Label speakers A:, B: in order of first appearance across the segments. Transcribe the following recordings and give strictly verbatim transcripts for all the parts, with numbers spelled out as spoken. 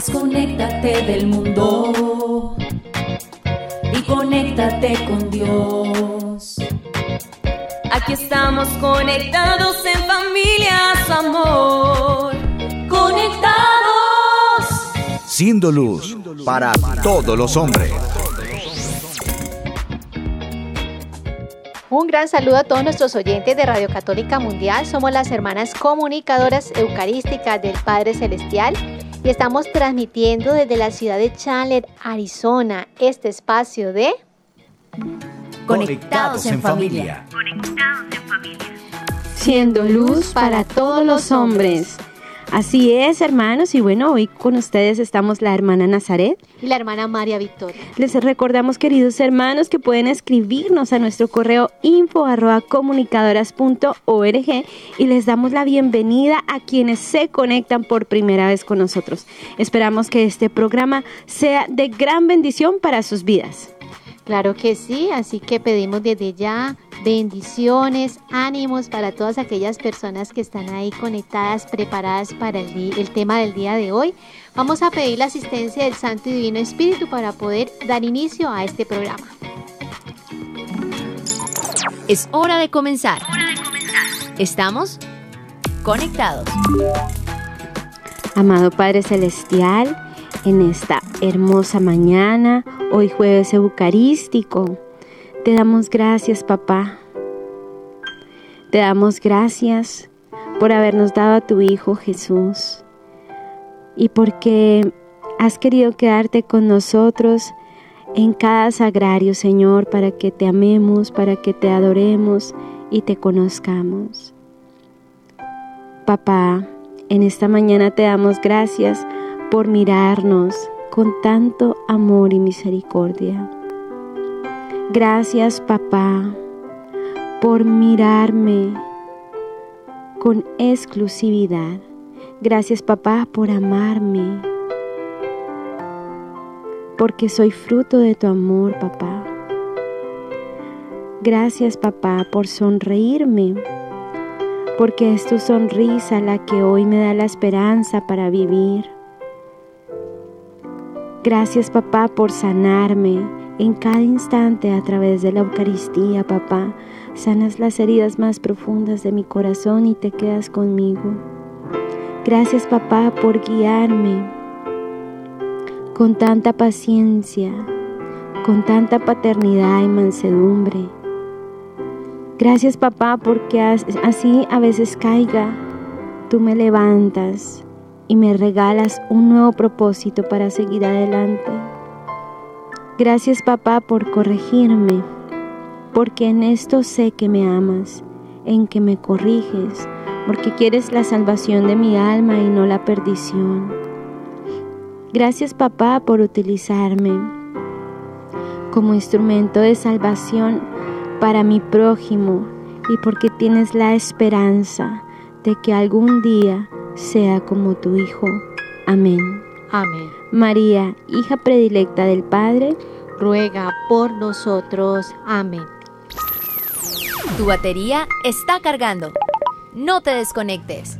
A: Desconéctate del mundo y conéctate con Dios. Aquí estamos conectados en familia, su amor. Conectados.
B: Siendo luz para todos los hombres.
C: Un gran saludo a todos nuestros oyentes de Radio Católica Mundial. Somos las hermanas comunicadoras eucarísticas del Padre Celestial y estamos transmitiendo desde la ciudad de Chandler, Arizona, este espacio de
A: Conectados en familia.
D: Conectados en familia.
E: Siendo luz para todos los hombres. Así es, hermanos, y bueno, hoy con ustedes estamos la hermana Nazaret
C: y la hermana María Victoria.
E: Les recordamos, queridos hermanos, que pueden escribirnos a nuestro correo info arroba comunicadoras punto org y les damos la bienvenida a quienes se conectan por primera vez con nosotros. Esperamos que este programa sea de gran bendición para sus vidas.
C: Claro que sí, así que pedimos desde ya bendiciones, ánimos para todas aquellas personas que están ahí conectadas, preparadas para el, día, el tema del día de hoy. Vamos a pedir la asistencia del Santo y Divino Espíritu para poder dar inicio a este programa.
F: Es hora de comenzar. Hora de comenzar. Estamos conectados.
E: Amado Padre Celestial, en esta hermosa mañana, hoy jueves eucarístico, te damos gracias, papá. Te damos gracias por habernos dado a tu Hijo Jesús y porque has querido quedarte con nosotros en cada sagrario, Señor, para que te amemos, para que te adoremos y te conozcamos. Papá, en esta mañana te damos gracias por mirarnos con tanto amor y misericordia. Gracias, papá, por mirarme con exclusividad. Gracias, papá, por amarme, porque soy fruto de tu amor, papá. Gracias, papá, por sonreírme, porque es tu sonrisa la que hoy me da la esperanza para vivir. Gracias, papá, por sanarme en cada instante a través de la Eucaristía, papá. Sanas las heridas más profundas de mi corazón y te quedas conmigo. Gracias, papá, por guiarme con tanta paciencia, con tanta paternidad y mansedumbre. Gracias, papá, porque así a veces caiga, tú me levantas y me regalas un nuevo propósito para seguir adelante. Gracias, papá, por corregirme, porque en esto sé que me amas, en que me corriges, porque quieres la salvación de mi alma y no la perdición. Gracias, papá, por utilizarme como instrumento de salvación para mi prójimo y porque tienes la esperanza de que algún día sea como tu Hijo. Amén.
C: Amén.
E: María, hija predilecta del Padre,
C: ruega por nosotros. Amén.
F: Tu batería está cargando. No te desconectes.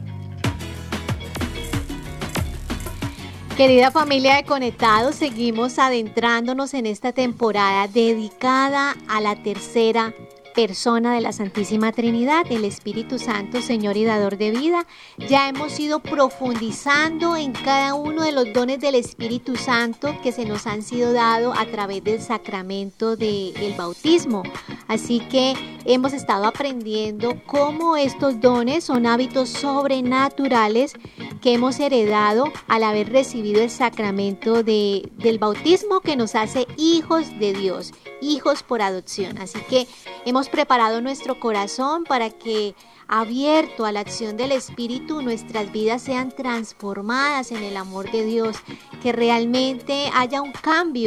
C: Querida familia de Conectados, seguimos adentrándonos en esta temporada dedicada a la tercera persona de la Santísima Trinidad, el Espíritu Santo, Señor y Dador de vida. Ya hemos ido profundizando en cada uno de los dones del Espíritu Santo que se nos han sido dados a través del sacramento del bautismo. Así que hemos estado aprendiendo cómo estos dones son hábitos sobrenaturales que hemos heredado al haber recibido el sacramento de, del bautismo, que nos hace hijos de Dios, hijos por adopción. Así que hemos preparado nuestro corazón para que, abierto a la acción del Espíritu, nuestras vidas sean transformadas en el amor de Dios, que realmente haya un cambio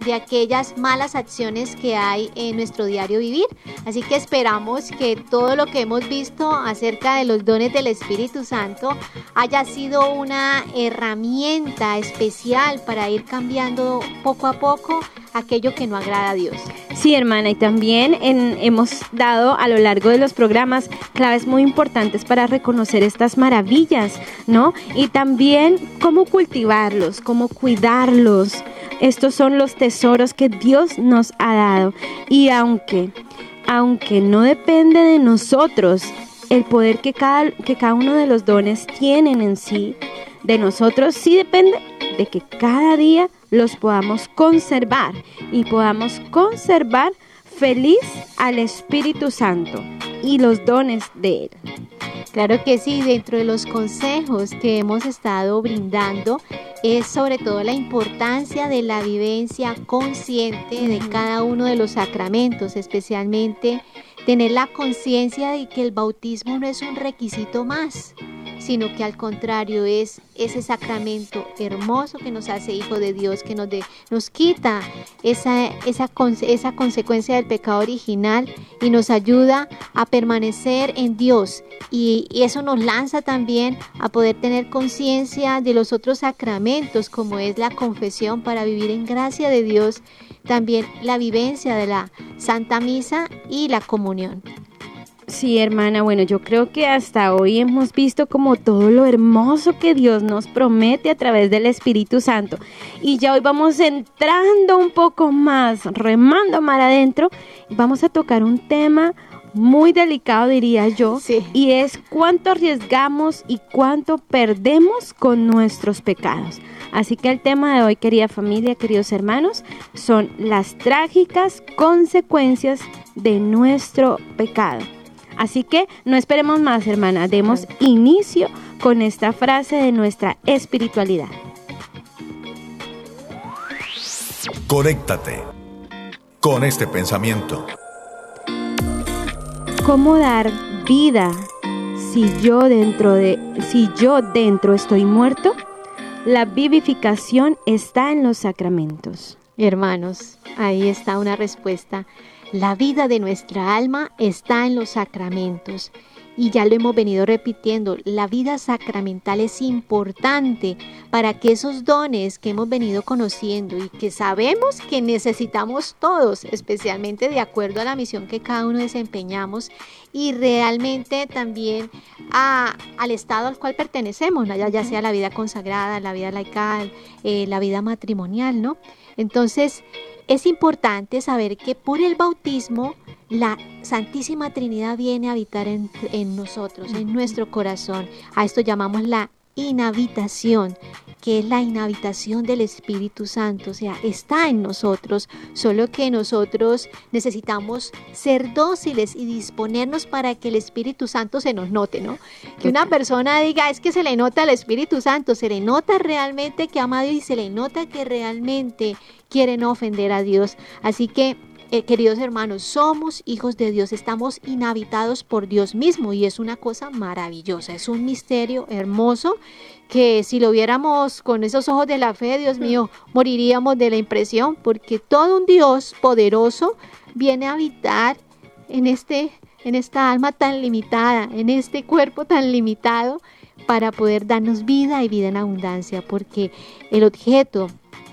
C: de aquellas malas acciones que hay en nuestro diario vivir. Así que esperamos que todo lo que hemos visto acerca de los dones del Espíritu Santo haya sido una herramienta especial para ir cambiando poco a poco aquello que no agrada a Dios.
E: Sí, hermana, y también en, hemos dado a lo largo de los programas claves muy importantes para reconocer estas maravillas, ¿no? Y también cómo cultivarlos, cómo cuidarlos. Estos son los tesoros que Dios nos ha dado. Y aunque, aunque no depende de nosotros el poder que cada, que cada uno de los dones tienen en sí, de nosotros sí depende de que cada día los podamos conservar y podamos conservar feliz al Espíritu Santo y los dones de Él.
C: Claro que sí, dentro de los consejos que hemos estado brindando es sobre todo la importancia de la vivencia consciente de cada uno de los sacramentos, especialmente tener la conciencia de que el bautismo no es un requisito más, sino que al contrario es ese sacramento hermoso que nos hace hijos de Dios, que nos, de, nos quita esa, esa, esa consecuencia del pecado original y nos ayuda a permanecer en Dios. Y, y eso nos lanza también a poder tener conciencia de los otros sacramentos, como es la confesión para vivir en gracia de Dios, también la vivencia de la Santa Misa y la comunión.
E: Sí, hermana, bueno, yo creo que hasta hoy hemos visto como todo lo hermoso que Dios nos promete a través del Espíritu Santo. Y ya hoy vamos entrando un poco más, remando más adentro, y vamos a tocar un tema muy delicado, diría yo, sí. Y es cuánto arriesgamos y cuánto perdemos con nuestros pecados. Así que el tema de hoy, querida familia, queridos hermanos, son las trágicas consecuencias de nuestro pecado. Así que no esperemos más, hermana, demos inicio con esta frase de nuestra espiritualidad.
B: Conéctate con este pensamiento.
E: ¿Cómo dar vida si yo dentro de, si yo dentro estoy muerto? La vivificación está en los sacramentos.
C: Hermanos, ahí está una respuesta. La vida de nuestra alma está en los sacramentos. Y ya lo hemos venido repitiendo, la vida sacramental es importante para que esos dones que hemos venido conociendo y que sabemos que necesitamos todos, especialmente de acuerdo a la misión que cada uno desempeñamos y realmente también a, al estado al cual pertenecemos, ¿no? ya, ya sea la vida consagrada, la vida laical, eh, la vida matrimonial, ¿no? Entonces, es importante saber que por el bautismo la Santísima Trinidad viene a habitar en, en nosotros, en nuestro corazón. A esto llamamos la inhabitación, que es la inhabitación del Espíritu Santo, o sea, está en nosotros, solo que nosotros necesitamos ser dóciles y disponernos para que el Espíritu Santo se nos note, ¿no? Que una persona diga, es que se le nota el Espíritu Santo, se le nota realmente que ama a Dios y se le nota que realmente quiere no ofender a Dios. Así que Eh, queridos hermanos, somos hijos de Dios, estamos inhabitados por Dios mismo y es una cosa maravillosa, es un misterio hermoso que si lo viéramos con esos ojos de la fe, Dios mío, moriríamos de la impresión porque todo un Dios poderoso viene a habitar en, este, en esta alma tan limitada, en este cuerpo tan limitado para poder darnos vida y vida en abundancia, porque el objeto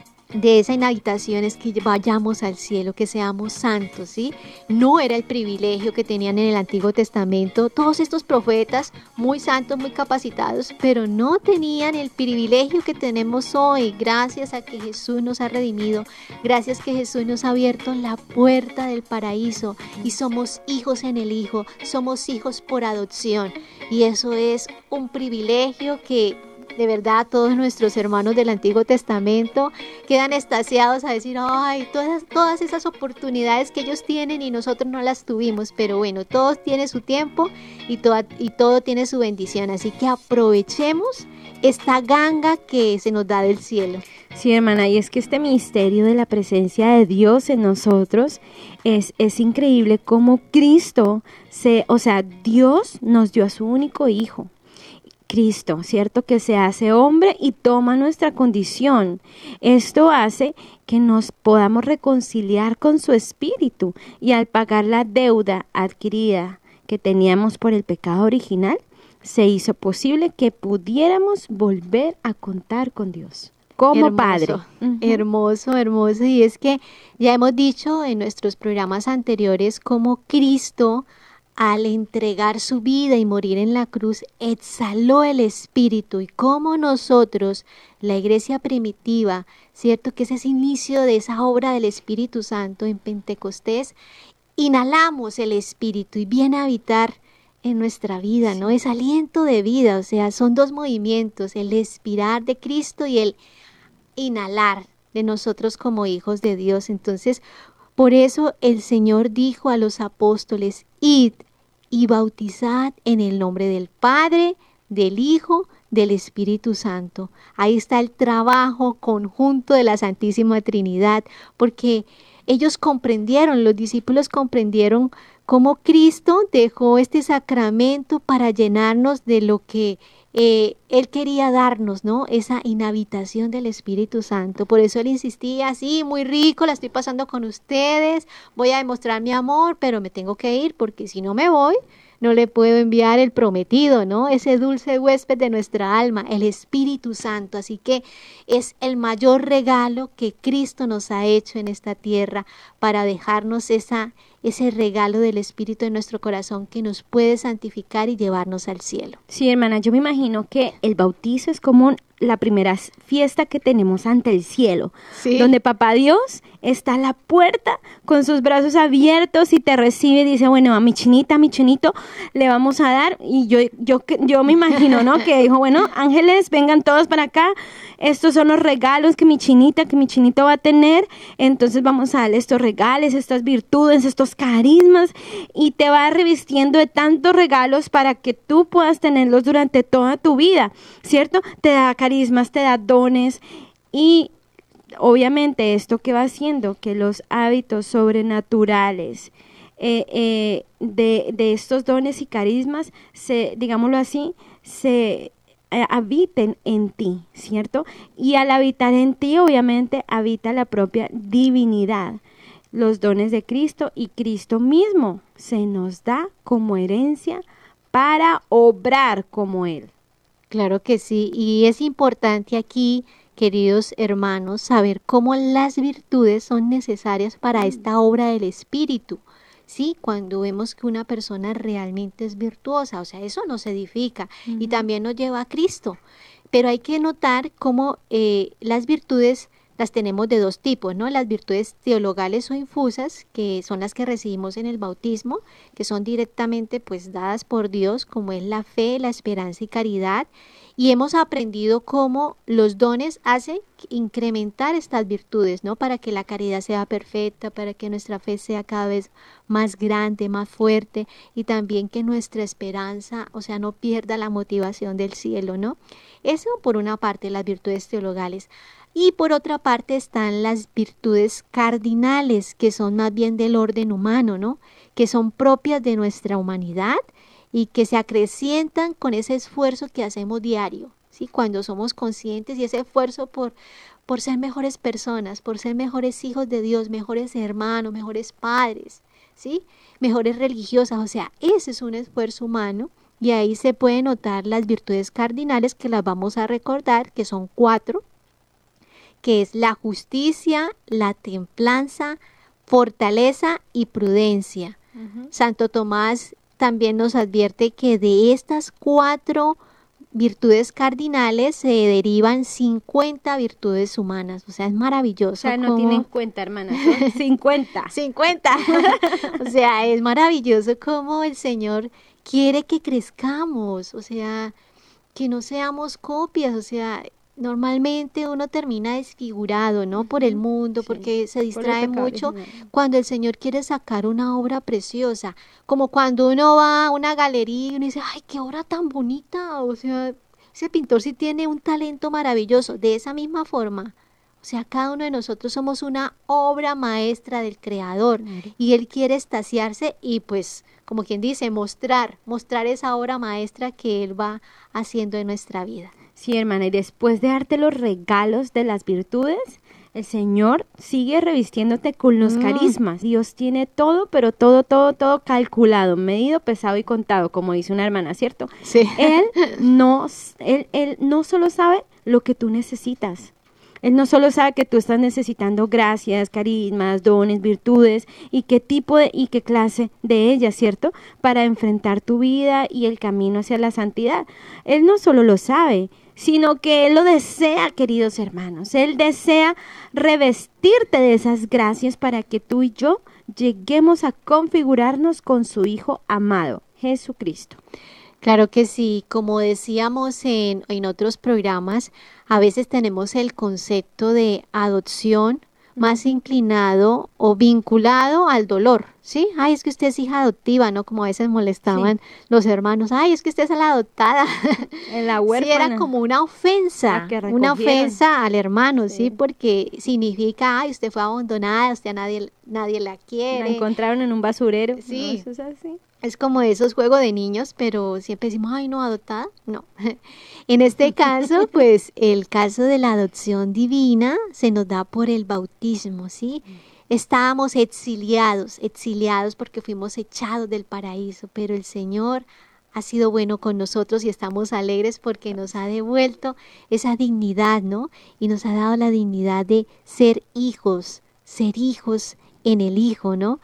C: de esa inhabitación es que vayamos al cielo, que seamos santos, ¿sí? No era el privilegio que tenían en el Antiguo Testamento todos estos profetas muy santos, muy capacitados, pero no tenían el privilegio que tenemos hoy, gracias a que Jesús nos ha redimido, gracias que Jesús nos ha abierto la puerta del paraíso y somos hijos en el Hijo, somos hijos por adopción y eso es un privilegio que de verdad todos nuestros hermanos del Antiguo Testamento quedan extasiados a decir, ay, todas, todas esas oportunidades que ellos tienen y nosotros no las tuvimos, pero bueno, todo tiene su tiempo y, toda, y todo tiene su bendición, así que aprovechemos esta ganga que se nos da del cielo.
E: Sí, hermana, y es que este misterio de la presencia de Dios en nosotros es, es increíble cómo Cristo, se, o sea, Dios nos dio a su único Hijo, Cristo, ¿cierto? Que se hace hombre y toma nuestra condición. Esto hace que nos podamos reconciliar con su espíritu y al pagar la deuda adquirida que teníamos por el pecado original, se hizo posible que pudiéramos volver a contar con Dios como
C: hermoso,
E: Padre. Uh-huh.
C: Hermoso, hermoso. Y es que ya hemos dicho en nuestros programas anteriores cómo Cristo, al entregar su vida y morir en la cruz, exhaló el Espíritu, y cómo nosotros, la iglesia primitiva, ¿cierto? Que es ese inicio de esa obra del Espíritu Santo en Pentecostés, inhalamos el Espíritu y viene a habitar en nuestra vida, ¿no? Es aliento de vida, o sea, son dos movimientos, el expirar de Cristo y el inhalar de nosotros como hijos de Dios. Entonces, por eso el Señor dijo a los apóstoles: id y bautizad en el nombre del Padre, del Hijo, del Espíritu Santo. Ahí está el trabajo conjunto de la Santísima Trinidad, porque ellos comprendieron, los discípulos comprendieron cómo Cristo dejó este sacramento para llenarnos de lo que eh, Él quería darnos, ¿no? Esa inhabitación del Espíritu Santo. Por eso Él insistía: sí, muy rico, la estoy pasando con ustedes, voy a demostrar mi amor, pero me tengo que ir, porque si no me voy, no le puedo enviar el prometido, ¿no? Ese dulce huésped de nuestra alma, el Espíritu Santo. Así que es el mayor regalo que Cristo nos ha hecho en esta tierra, para dejarnos esa, ese regalo del Espíritu en nuestro corazón que nos puede santificar y llevarnos al cielo.
E: Sí, hermana, yo me imagino que el bautizo es como la primera fiesta que tenemos ante el cielo, sí, donde Papá Dios está a la puerta con sus brazos abiertos y te recibe y dice: bueno, a mi chinita, a mi chinito le vamos a dar. Y yo, yo, yo me imagino, ¿no? Que dijo: bueno, ángeles, vengan todos para acá, estos son los regalos que mi chinita, que mi chinito va a tener, entonces vamos a darle estos regalos, estas virtudes, estos carismas, y te va revistiendo de tantos regalos para que tú puedas tenerlos durante toda tu vida, ¿cierto? Te da carismas, te da dones, y obviamente esto que va haciendo que los hábitos sobrenaturales eh, eh, de, de estos dones y carismas, se, digámoslo así, se eh, habiten en ti, ¿cierto? Y al habitar en ti, obviamente, habita la propia divinidad, los dones de Cristo, y Cristo mismo se nos da como herencia para obrar como Él.
C: Claro que sí, y es importante aquí, queridos hermanos, saber cómo las virtudes son necesarias para esta obra del Espíritu. Sí, cuando vemos que una persona realmente es virtuosa, o sea, eso nos edifica, uh-huh, y también nos lleva a Cristo. Pero hay que notar cómo eh, las virtudes las tenemos de dos tipos, ¿no? Las virtudes teologales o infusas, que son las que recibimos en el bautismo, que son directamente pues dadas por Dios, como es la fe, la esperanza y caridad. Y hemos aprendido cómo los dones hacen incrementar estas virtudes, ¿no? Para que la caridad sea perfecta, para que nuestra fe sea cada vez más grande, más fuerte, y también que nuestra esperanza, o sea, no pierda la motivación del cielo, ¿no? Eso por una parte, las virtudes teologales. Y por otra parte están las virtudes cardinales, que son más bien del orden humano, ¿no? Que son propias de nuestra humanidad y que se acrecientan con ese esfuerzo que hacemos diario, ¿sí? Cuando somos conscientes, y ese esfuerzo por, por ser mejores personas, por ser mejores hijos de Dios, mejores hermanos, mejores padres, ¿sí? Mejores religiosas, o sea, ese es un esfuerzo humano, y ahí se pueden notar las virtudes cardinales, que las vamos a recordar, que son cuatro, que es la justicia, la templanza, fortaleza y prudencia. Uh-huh. Santo Tomás también nos advierte que de estas cuatro virtudes cardinales se derivan cincuenta virtudes humanas. O sea, es maravilloso.
E: O sea, no
C: como...
E: tienen cuenta, hermana, son cincuenta.
C: cincuenta. O sea, es maravilloso cómo el Señor quiere que crezcamos, o sea, que no seamos copias, o sea, normalmente uno termina desfigurado, ¿no? Por el mundo, sí, porque se distrae mucho original. Cuando el Señor quiere sacar una obra preciosa, como cuando uno va a una galería y uno dice: ¡ay, qué obra tan bonita! O sea, ese pintor sí tiene un talento maravilloso. De esa misma forma, O sea, cada uno de nosotros somos una obra maestra del Creador y Él quiere extasiarse y pues, como quien dice, mostrar, mostrar esa obra maestra que Él va haciendo en nuestra vida.
E: Sí, hermana, y después de darte los regalos de las virtudes, el Señor sigue revistiéndote con los mm. carismas. Dios tiene todo, pero todo, todo, todo calculado, medido, pesado y contado, como dice una hermana, ¿cierto?
C: Sí.
E: Él no, él, él no solo sabe lo que tú necesitas. Él no solo sabe que tú estás necesitando gracias, carismas, dones, virtudes y qué tipo de, y qué clase de ellas, ¿cierto? Para enfrentar tu vida y el camino hacia la santidad. Él no solo lo sabe, sino que Él lo desea, queridos hermanos. Él desea revestirte de esas gracias para que tú y yo lleguemos a configurarnos con su Hijo amado, Jesucristo.
C: Claro que sí, como decíamos en, en otros programas, a veces tenemos el concepto de adopción más inclinado o vinculado al dolor, ¿sí? Ay, es que usted es hija adoptiva, ¿no? Como a veces molestaban sí. los hermanos, ay, es que usted es la adoptada.
E: En la huérfana.
C: Sí, era como una ofensa, una ofensa al hermano, ¿sí? ¿sí? Porque significa, ay, usted fue abandonada, usted a nadie, nadie la quiere.
E: La encontraron en un basurero.
C: Sí.
E: No, eso es así.
C: Es como esos juegos de niños, pero siempre decimos, ay, no, adoptada, no. En este caso, pues, el caso de la adopción divina se nos da por el bautismo, ¿sí? Estábamos exiliados, exiliados porque fuimos echados del paraíso, pero el Señor ha sido bueno con nosotros y estamos alegres porque nos ha devuelto esa dignidad, ¿no? Y nos ha dado la dignidad de ser hijos, ser hijos en el Hijo, ¿no?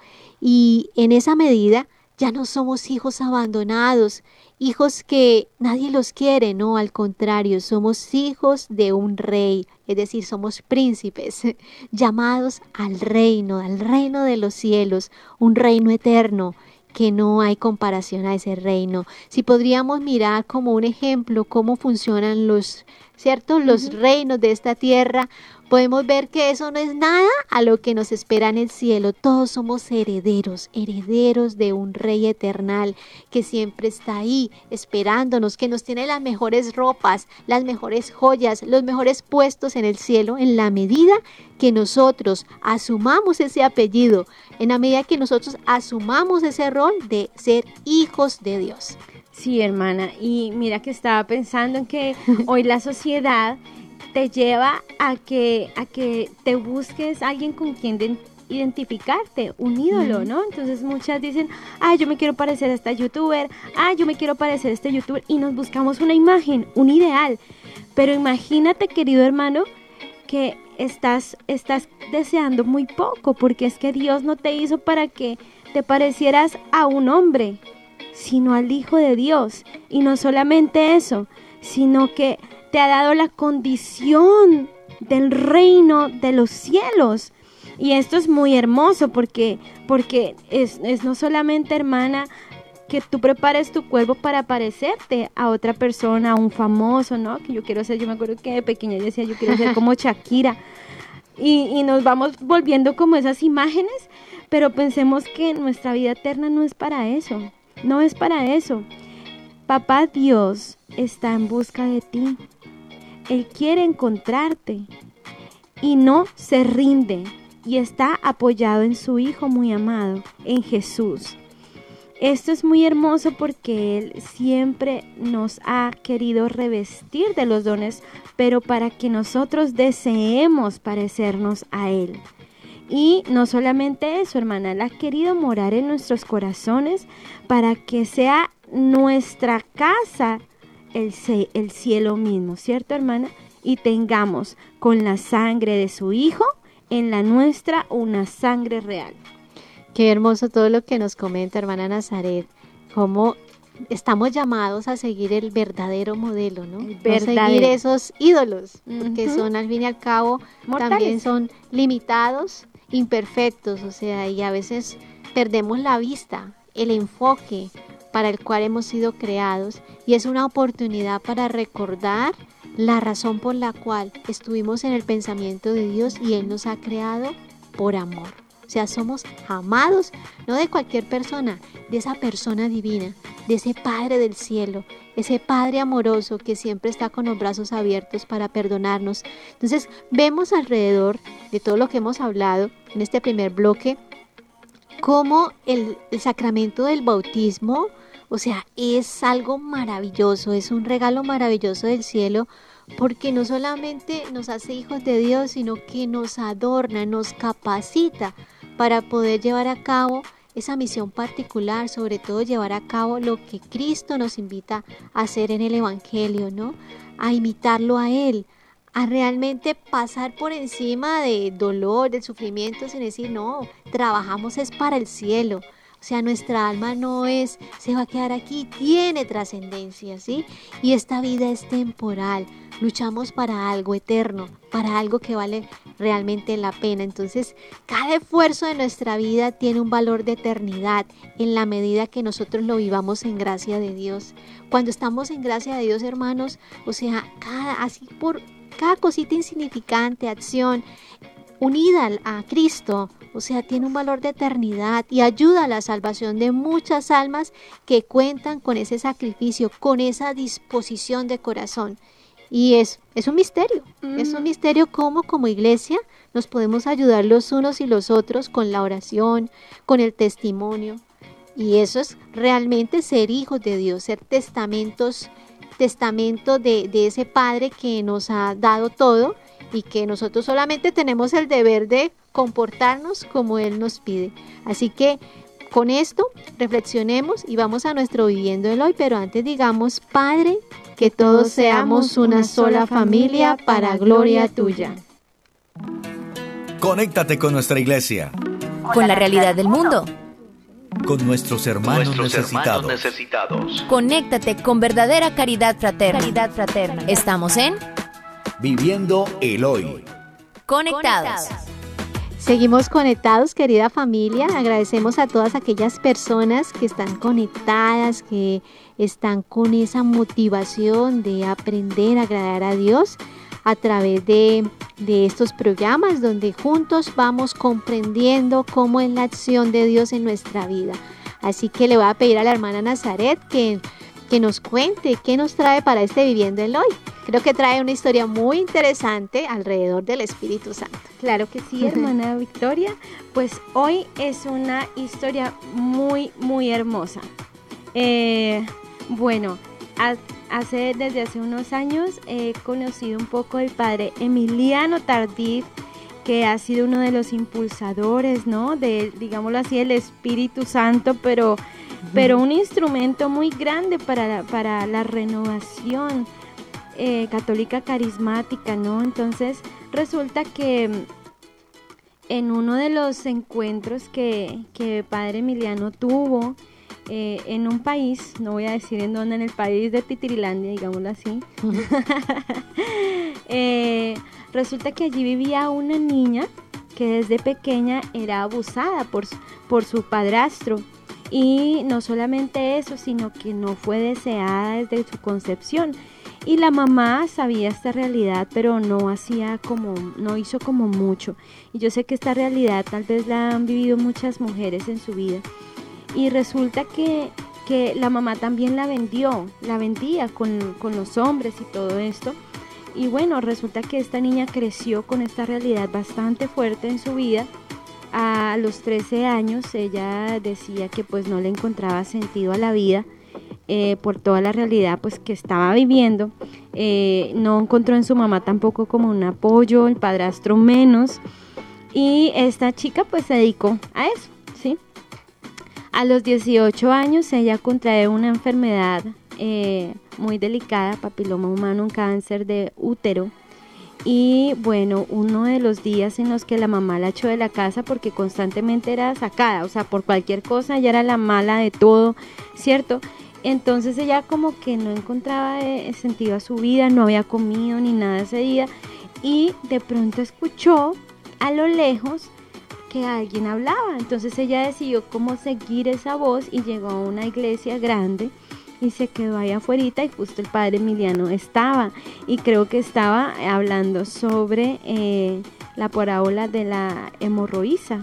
C: Y en esa medida ya no somos hijos abandonados, hijos que nadie los quiere, no, al contrario, somos hijos de un rey, es decir, somos príncipes, llamados al reino, al reino de los cielos, un reino eterno, que no hay comparación a ese reino. Si podríamos mirar como un ejemplo cómo funcionan los, ¿cierto? Los uh-huh. reinos de esta tierra, podemos ver que eso no es nada a lo que nos espera en el cielo. Todos somos herederos, herederos de un rey eternal que siempre está ahí esperándonos, que nos tiene las mejores ropas, las mejores joyas, los mejores puestos en el cielo, en la medida que nosotros asumamos ese apellido, en la medida que nosotros asumamos ese rol de ser hijos de Dios.
E: Sí, hermana, y mira que estaba pensando en que hoy la sociedad te lleva a que, a que te busques a alguien con quien de, identificarte, un ídolo, ¿no? Entonces muchas dicen, ah, yo me quiero parecer a esta youtuber, ah, yo me quiero parecer a este youtuber, y nos buscamos una imagen, un ideal. Pero imagínate, querido hermano, que estás, estás deseando muy poco, porque es que Dios no te hizo para que te parecieras a un hombre, sino al Hijo de Dios. Y no solamente eso, sino que te ha dado la condición del reino de los cielos. Y esto es muy hermoso porque, porque es, es no solamente, hermana, que tú prepares tu cuerpo para parecerte a otra persona, a un famoso, ¿no? Que yo quiero ser, yo me acuerdo que de pequeña yo decía, yo quiero ser como Shakira. Y, y nos vamos volviendo como esas imágenes, pero pensemos que nuestra vida eterna no es para eso, no es para eso. Papá Dios está en busca de ti. Él quiere encontrarte y no se rinde y está apoyado en su Hijo muy amado, en Jesús. Esto es muy hermoso porque Él siempre nos ha querido revestir de los dones, pero para que nosotros deseemos parecernos a Él. Y no solamente eso, hermana, Él ha querido morar en nuestros corazones para que sea nuestra casa el, el cielo mismo, ¿cierto, hermana? Y tengamos con la sangre de su Hijo en la nuestra una sangre real.
C: Qué hermoso todo lo que nos comenta, hermana Nazaret, cómo estamos llamados a seguir el verdadero modelo, ¿no? No seguir esos ídolos, uh-huh. porque son al fin y al cabo mortales. También son limitados, imperfectos, o sea, y a veces perdemos la vista, el enfoque para el cual hemos sido creados, y es una oportunidad para recordar la razón por la cual estuvimos en el pensamiento de Dios y Él nos ha creado por amor. O sea, somos amados, no de cualquier persona, de esa persona divina, de ese Padre del cielo ese Padre amoroso que siempre está con los brazos abiertos para perdonarnos. Entonces vemos alrededor de todo lo que hemos hablado en este primer bloque, cómo el, el sacramento del bautismo, o sea, es algo maravilloso, es un regalo maravilloso del cielo, porque no solamente nos hace hijos de Dios, sino que nos adorna, nos capacita para poder llevar a cabo esa misión particular, sobre todo llevar a cabo lo que Cristo nos invita a hacer en el Evangelio, ¿no? A imitarlo a Él, a realmente pasar por encima del dolor, del sufrimiento, sin decir, no, trabajamos es para el cielo. O sea, nuestra alma no es, se va a quedar aquí, tiene trascendencia, ¿sí? Y esta vida es temporal, luchamos para algo eterno, para algo que vale realmente la pena. Entonces, cada esfuerzo de nuestra vida tiene un valor de eternidad en la medida que nosotros lo vivamos en gracia de Dios. Cuando estamos en gracia de Dios, hermanos, o sea, cada, así por cada cosita insignificante, acción, unida a Cristo, o sea, tiene un valor de eternidad y ayuda a la salvación de muchas almas que cuentan con ese sacrificio, con esa disposición de corazón. Y es, es un misterio, mm. es un misterio cómo como iglesia nos podemos ayudar los unos y los otros con la oración, con el testimonio. Y eso es realmente ser hijos de Dios, ser testamentos, testamento de, de ese Padre que nos ha dado todo y que nosotros solamente tenemos el deber de comportarnos como Él nos pide. Así que con esto reflexionemos y vamos a nuestro viviendo el hoy, pero antes digamos, Padre, que todos seamos una sola familia para gloria tuya.
B: Conéctate con nuestra iglesia,
F: con la realidad del mundo,
B: con nuestros hermanos,
D: Nuestros
B: necesitados.
D: hermanos necesitados.
F: Conéctate con verdadera caridad fraterna. Caridad fraterna. Estamos en
B: Viviendo el hoy.
F: Conectados.
C: Seguimos conectados, querida familia. Agradecemos a todas aquellas personas que están conectadas, que están con esa motivación de aprender a agradar a Dios a través de, de estos programas donde juntos vamos comprendiendo cómo es la acción de Dios en nuestra vida. Así que le voy a pedir a la hermana Nazaret que, que nos cuente qué nos trae para este Viviendo el Hoy. Creo que trae una historia muy interesante alrededor del Espíritu Santo.
E: Claro que sí, hermana Victoria. Pues hoy es una historia muy, muy hermosa. Eh, bueno, a, hace, desde hace unos años he conocido un poco el padre Emiliano Tardif, que ha sido uno de los impulsadores, ¿no? De, digámoslo así, el Espíritu Santo, pero, uh-huh. pero un instrumento muy grande para la, para la renovación Eh, católica carismática, ¿no? Entonces resulta que en uno de los encuentros que, que Padre Emiliano tuvo eh, en un país, no voy a decir en dónde, en el país de Titirilandia, digámoslo así, eh, resulta que allí vivía una niña que desde pequeña era abusada por, por su padrastro. Y no solamente eso, sino que no fue deseada desde su concepción. Y la mamá sabía esta realidad, pero no hacía como, no hizo como mucho. Y yo sé que esta realidad tal vez la han vivido muchas mujeres en su vida. Y resulta que, que la mamá también la vendió, la vendía con, con los hombres y todo esto. Y bueno, resulta que esta niña creció con esta realidad bastante fuerte en su vida. A los trece años ella decía que pues no le encontraba sentido a la vida. Eh, por toda la realidad pues que estaba viviendo, eh, no encontró en su mamá tampoco como un apoyo, el padrastro menos, y esta chica pues se dedicó a eso, ¿sí? A los dieciocho años ella contrae una enfermedad eh, muy delicada, papiloma humano, un cáncer de útero. Y bueno, uno de los días en los que la mamá la echó de la casa porque constantemente era sacada, o sea, por cualquier cosa ella era la mala de todo, ¿cierto? Entonces ella como que no encontraba sentido a su vida, no había comido ni nada ese día y de pronto escuchó a lo lejos que alguien hablaba. Entonces ella decidió cómo seguir esa voz y llegó a una iglesia grande y se quedó ahí afuerita y justo el padre Emiliano estaba y creo que estaba hablando sobre eh, la parábola de la hemorroísa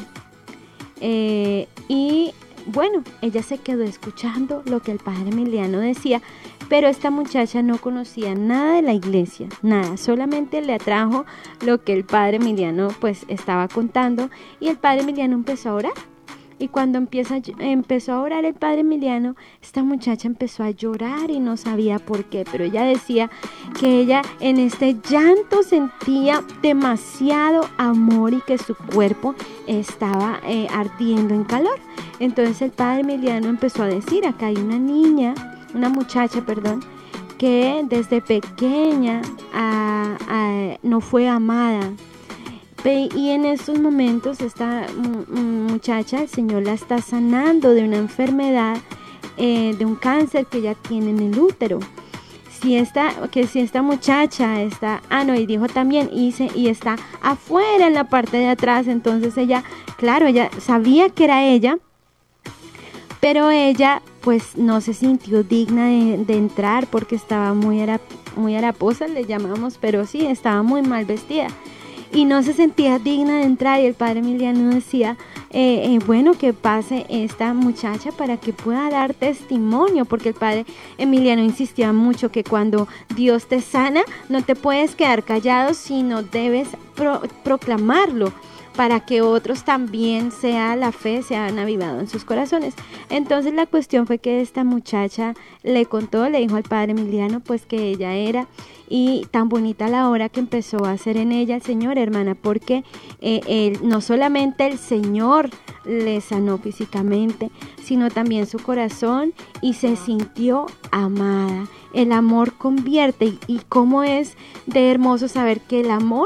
E: eh, y bueno, ella se quedó escuchando lo que el padre Emiliano decía, Pero esta muchacha no conocía nada de la iglesia, nada, solamente le atrajo lo que el padre Emiliano pues estaba contando, y el padre Emiliano empezó a orar. Y cuando empieza, empezó a orar el padre Emiliano, esta muchacha empezó a llorar y no sabía por qué, pero ella decía que ella en este llanto sentía demasiado amor y que su cuerpo estaba eh, ardiendo en calor. Entonces el padre Emiliano empezó a decir, acá hay una niña, una muchacha, perdón, que desde pequeña a, a, no fue amada. Y en estos momentos esta muchacha, el Señor la está sanando de una enfermedad, eh, de un cáncer que ella tiene en el útero. Si esta, que si esta muchacha está, ah no, y dijo también, y, se, y está afuera en la parte de atrás, entonces ella, claro, ella sabía que era ella, pero ella pues no se sintió digna de, de entrar porque estaba muy, harap, muy haraposa, le llamamos, pero sí, estaba muy mal vestida. Y no se sentía digna de entrar, y el padre Emiliano decía, eh, eh, bueno, que pase esta muchacha para que pueda dar testimonio, porque el padre Emiliano insistía mucho que cuando Dios te sana, no te puedes quedar callado, sino debes pro- proclamarlo, para que otros también sea la fe, se han avivado en sus corazones. Entonces la cuestión fue que esta muchacha le contó, le dijo al padre Emiliano pues que ella era, y tan bonita la obra que empezó a hacer en ella el Señor, hermana, porque eh, él, no solamente el Señor le sanó físicamente, sino también su corazón, y se sintió amada. El amor convierte, y, y cómo es de hermoso saber que el amor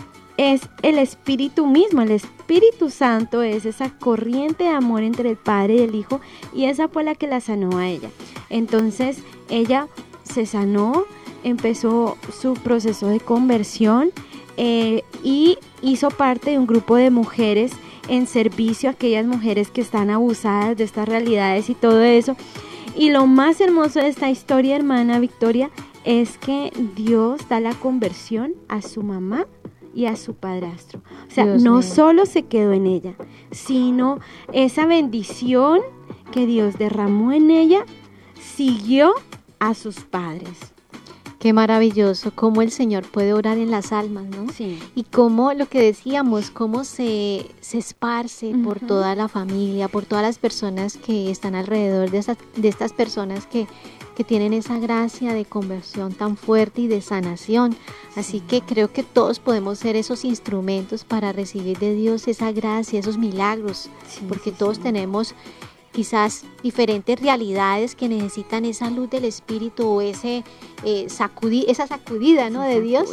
E: es el Espíritu mismo, el Espíritu Santo es esa corriente de amor entre el Padre y el Hijo, y esa fue la que la sanó a ella. Entonces ella se sanó, empezó su proceso de conversión eh, y hizo parte de un grupo de mujeres en servicio a aquellas mujeres que están abusadas de estas realidades y todo eso. Y lo más hermoso de esta historia, hermana Victoria, es que Dios da la conversión a su mamá y a su padrastro. O sea, Dios no mío. Solo se quedó en ella, sino esa bendición que Dios derramó en ella siguió a sus padres.
C: Qué maravilloso, cómo el Señor puede orar en las almas, ¿no?
E: Sí.
C: Y cómo, lo que decíamos, cómo se, se esparce uh-huh. por toda la familia, por todas las personas que están alrededor de, esas, de estas personas que, que tienen esa gracia de conversión tan fuerte y de sanación. Así sí. que creo que todos podemos ser esos instrumentos para recibir de Dios esa gracia, esos milagros, sí, porque sí, todos sí. tenemos quizás diferentes realidades que necesitan esa luz del Espíritu o ese eh, sacudi- esa sacudida, ¿no? de Dios.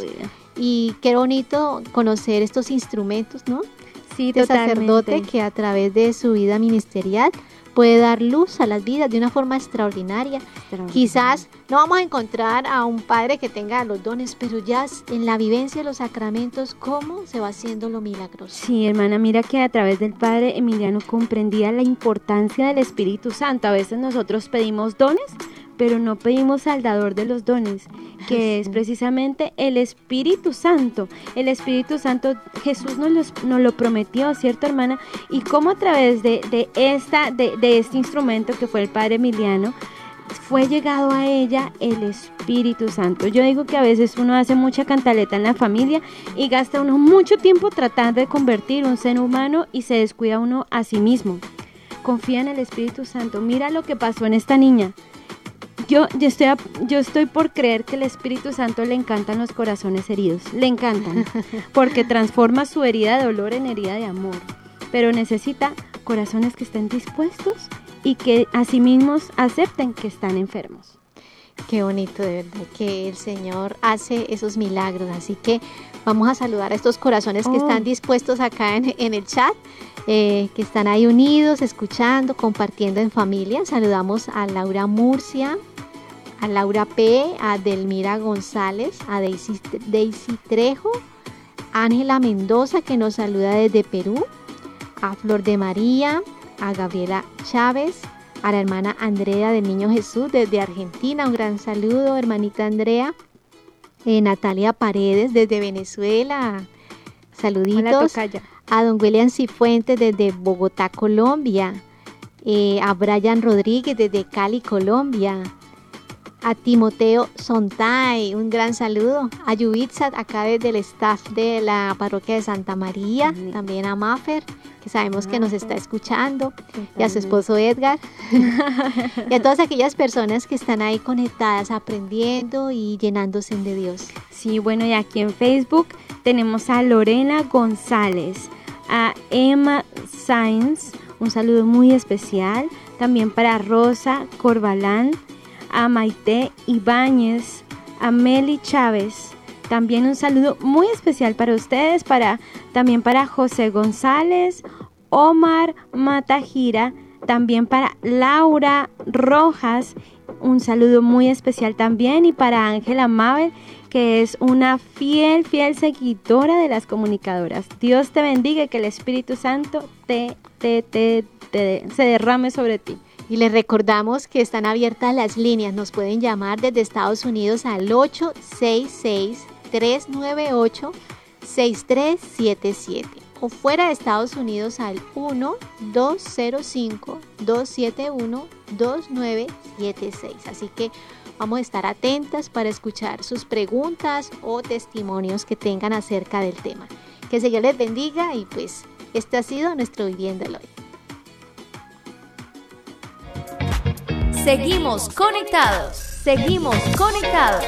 C: Y qué bonito conocer estos instrumentos, ¿no?
E: Sí,
C: de
E: totalmente.
C: Sacerdote que a través de su vida ministerial puede dar luz a las vidas de una forma extraordinaria. Quizás no vamos a encontrar a un padre que tenga los dones, pero ya en la vivencia de los sacramentos, ¿cómo se va haciendo lo milagroso?
E: Sí, hermana, mira que a través del padre Emiliano comprendía la importancia del Espíritu Santo. A veces nosotros pedimos dones, pero no pedimos al dador de los dones, que es precisamente el Espíritu Santo. El Espíritu Santo, Jesús nos, los, nos lo prometió, ¿cierto, hermana? Y cómo a través de, de, esta, de, de este instrumento que fue el padre Emiliano, fue llegado a ella el Espíritu Santo. Yo digo que a veces uno hace mucha cantaleta en la familia y gasta uno mucho tiempo tratando de convertir un ser humano y se descuida uno a sí mismo. Confía en el Espíritu Santo. Mira lo que pasó en esta niña. Yo, yo, estoy, yo estoy por creer que el Espíritu Santo le encantan los corazones heridos, le encantan, porque transforma su herida de dolor en herida de amor, pero necesita corazones que estén dispuestos y que asimismo acepten que están enfermos.
C: Qué bonito, de verdad, que el Señor hace esos milagros, así que vamos a saludar a estos corazones oh. que están dispuestos acá en, en el chat, eh, que están ahí unidos, escuchando, compartiendo en familia. Saludamos a Laura Murcia, a Laura P., a Delmira González, a Daisy, Daisy Trejo, Ángela Mendoza, que nos saluda desde Perú, a Flor de María, a Gabriela Chávez, a la hermana Andrea del Niño Jesús desde Argentina, un gran saludo, hermanita Andrea. Eh, Natalia Paredes desde Venezuela, saluditos.
E: Hola,
C: a don William Cifuentes desde Bogotá, Colombia. Eh, a Brian Rodríguez desde Cali, Colombia. a Timoteo Sontay, un gran saludo, a Yubitzat, acá desde el staff de la parroquia de Santa María, sí. También a Mafer, que sabemos que nos está escuchando, y a su esposo Edgar, y a todas aquellas personas que están ahí conectadas, aprendiendo y llenándose de Dios.
E: Sí, bueno, y aquí en Facebook tenemos a Lorena González, a Emma Sainz, un saludo muy especial, también para Rosa Corbalán, a Maite Ibáñez, a Meli Chávez, también un saludo muy especial para ustedes, para, también para José González, Omar Matajira, también para Laura Rojas, un saludo muy especial también, y para Ángela Mabel, que es una fiel, fiel seguidora de las comunicadoras. Dios te bendiga y que el Espíritu Santo te, te, te, te, se derrame sobre ti.
C: Y les recordamos que están abiertas las líneas, nos pueden llamar desde Estados Unidos al ocho seis seis, tres nueve ocho, seis tres siete siete o fuera de Estados Unidos al uno dos cero cinco, dos siete uno, dos nueve siete seis. Así que vamos a estar atentas para escuchar sus preguntas o testimonios que tengan acerca del tema. Que el Señor les bendiga y pues este ha sido nuestro Viviéndolo Hoy.
F: Seguimos conectados, seguimos conectados.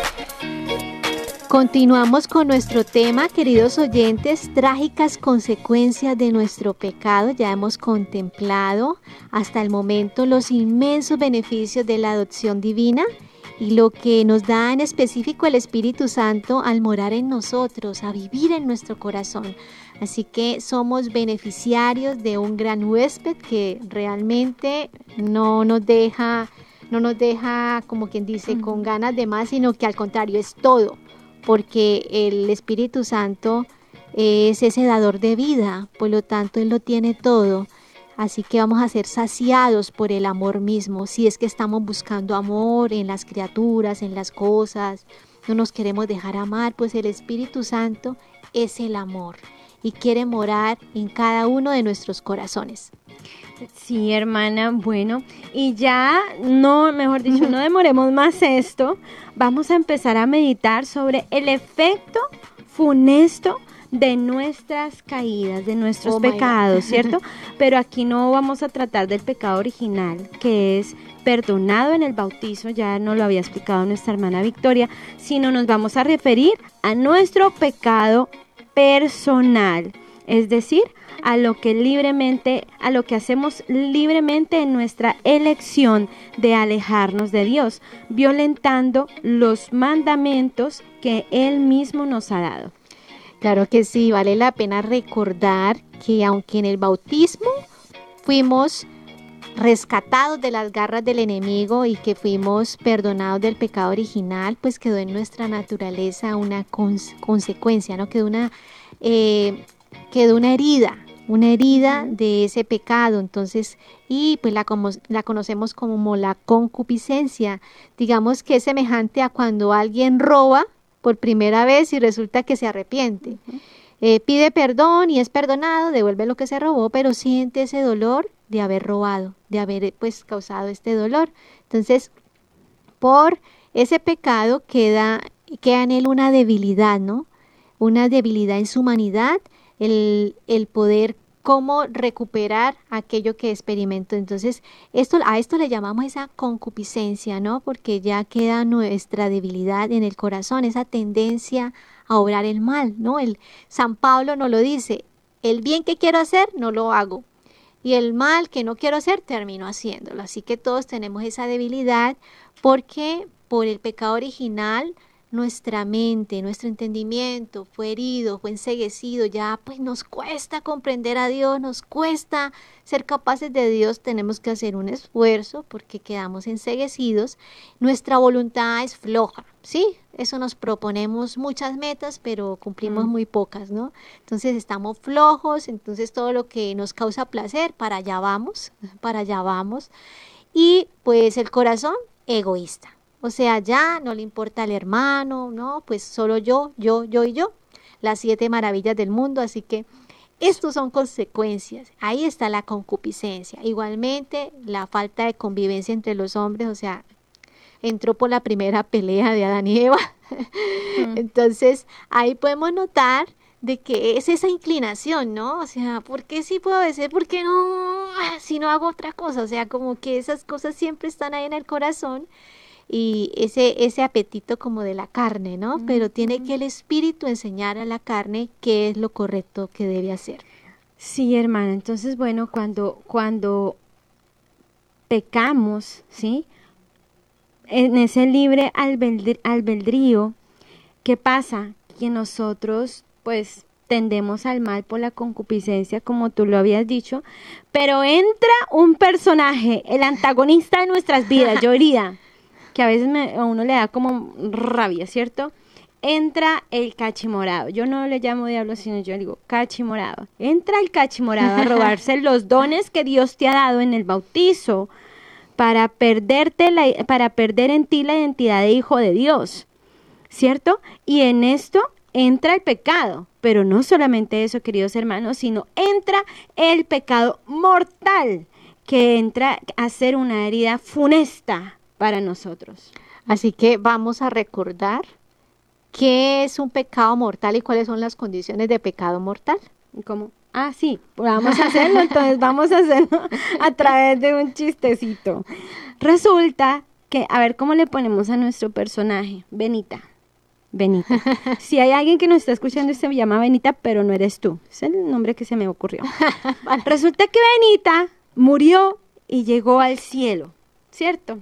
C: Continuamos con nuestro tema, queridos oyentes, trágicas consecuencias de nuestro pecado. Ya hemos contemplado hasta el momento los inmensos beneficios de la adopción divina y lo que nos da en específico el Espíritu Santo al morar en nosotros, a vivir en nuestro corazón. Así que somos beneficiarios de un gran huésped que realmente no nos deja, no nos deja, como quien dice, con ganas de más, sino que al contrario es todo, porque el Espíritu Santo es ese dador de vida, por lo tanto Él lo tiene todo. Así que vamos a ser saciados por el amor mismo, si es que estamos buscando amor en las criaturas, en las cosas, no nos queremos dejar amar, pues el Espíritu Santo es el amor y quiere morar en cada uno de nuestros corazones.
E: Sí, hermana, bueno, y ya no, mejor dicho, no demoremos más esto, vamos a empezar a meditar sobre el efecto funesto de nuestras caídas, de nuestros oh pecados, ¿cierto? Pero aquí no vamos a tratar del pecado original, que es perdonado en el bautizo, ya nos lo había explicado nuestra hermana Victoria, sino nos vamos a referir a nuestro pecado personal, es decir, a lo que libremente, a lo que hacemos libremente en nuestra elección de alejarnos de Dios, violentando los mandamientos que Él mismo nos ha dado.
C: Claro que sí, vale la pena recordar que aunque en el bautismo fuimos rescatados de las garras del enemigo y que fuimos perdonados del pecado original, pues quedó en nuestra naturaleza una cons- consecuencia, ¿no? Quedó una, eh, quedó una herida, una herida de ese pecado, entonces, y pues la, como, la conocemos como la concupiscencia, digamos que es semejante a cuando alguien roba por primera vez y resulta que se arrepiente. Uh-huh. Eh, pide perdón y es perdonado, devuelve lo que se robó, pero siente ese dolor de haber robado, de haber pues causado este dolor. Entonces, por ese pecado queda, queda en él una debilidad, ¿no? Una debilidad en su humanidad, el, el poder cómo recuperar aquello que experimentó. Entonces, esto, a esto le llamamos esa concupiscencia, ¿no? Porque ya queda nuestra debilidad en el corazón, esa tendencia a obrar el mal, ¿no? El, San Pablo nos lo dice, el bien que quiero hacer no lo hago y el mal que no quiero hacer termino haciéndolo. Así que todos tenemos esa debilidad porque por el pecado original nuestra mente, nuestro entendimiento fue herido, fue enceguecido, ya pues nos cuesta comprender a Dios, nos cuesta ser capaces de Dios, tenemos que hacer un esfuerzo porque quedamos enceguecidos, nuestra voluntad es floja, ¿sí? Eso nos proponemos muchas metas, pero cumplimos mm. muy pocas, ¿no? Entonces estamos flojos, entonces todo lo que nos causa placer, para allá vamos, para allá vamos, y pues el corazón egoísta. O sea, ya no le importa al hermano, no, pues solo yo, yo, yo y yo, las siete maravillas del mundo, así que estos son consecuencias, ahí está la concupiscencia, igualmente la falta de convivencia entre los hombres, o sea, entró por la primera pelea de Adán y Eva. Mm. Entonces, ahí podemos notar de que es esa inclinación, ¿no? O sea, ¿por qué sí puedo obedecer? ¿Por qué no? Si no hago otra cosa, o sea, como que esas cosas siempre están ahí en el corazón y ese, ese apetito como de la carne, ¿no? Mm. Pero tiene que el Espíritu enseñar a la carne qué es lo correcto que debe hacer.
E: Sí, hermana, entonces, bueno, cuando, cuando pecamos, ¿sí? En ese libre albedrío, ¿qué pasa? Que nosotros pues tendemos al mal por la concupiscencia, como tú lo habías dicho, pero entra un personaje, el antagonista de nuestras vidas, yo diría, que a veces me, a uno le da como rabia, ¿cierto? Entra el cachimorado, yo no le llamo diablo, sino yo digo cachimorado, entra el cachimorado a robarse los dones que Dios te ha dado en el bautizo, para perderte la, para perder en ti la identidad de hijo de Dios, ¿cierto? Y en esto entra el pecado, pero no solamente eso, queridos hermanos, sino entra el pecado mortal, que entra a ser una herida funesta para nosotros.
C: Así que vamos a recordar qué es un pecado mortal y cuáles son las condiciones de pecado mortal.
E: ¿Cómo? Ah, sí, vamos a hacerlo, entonces vamos a hacerlo a través de un chistecito. Resulta que, a ver, ¿cómo le ponemos a nuestro personaje? Benita. Benita. Si hay alguien que nos está escuchando y se llama Benita, pero no eres tú. Es el nombre que se me ocurrió. Vale. Resulta que Benita murió y llegó al cielo, ¿cierto?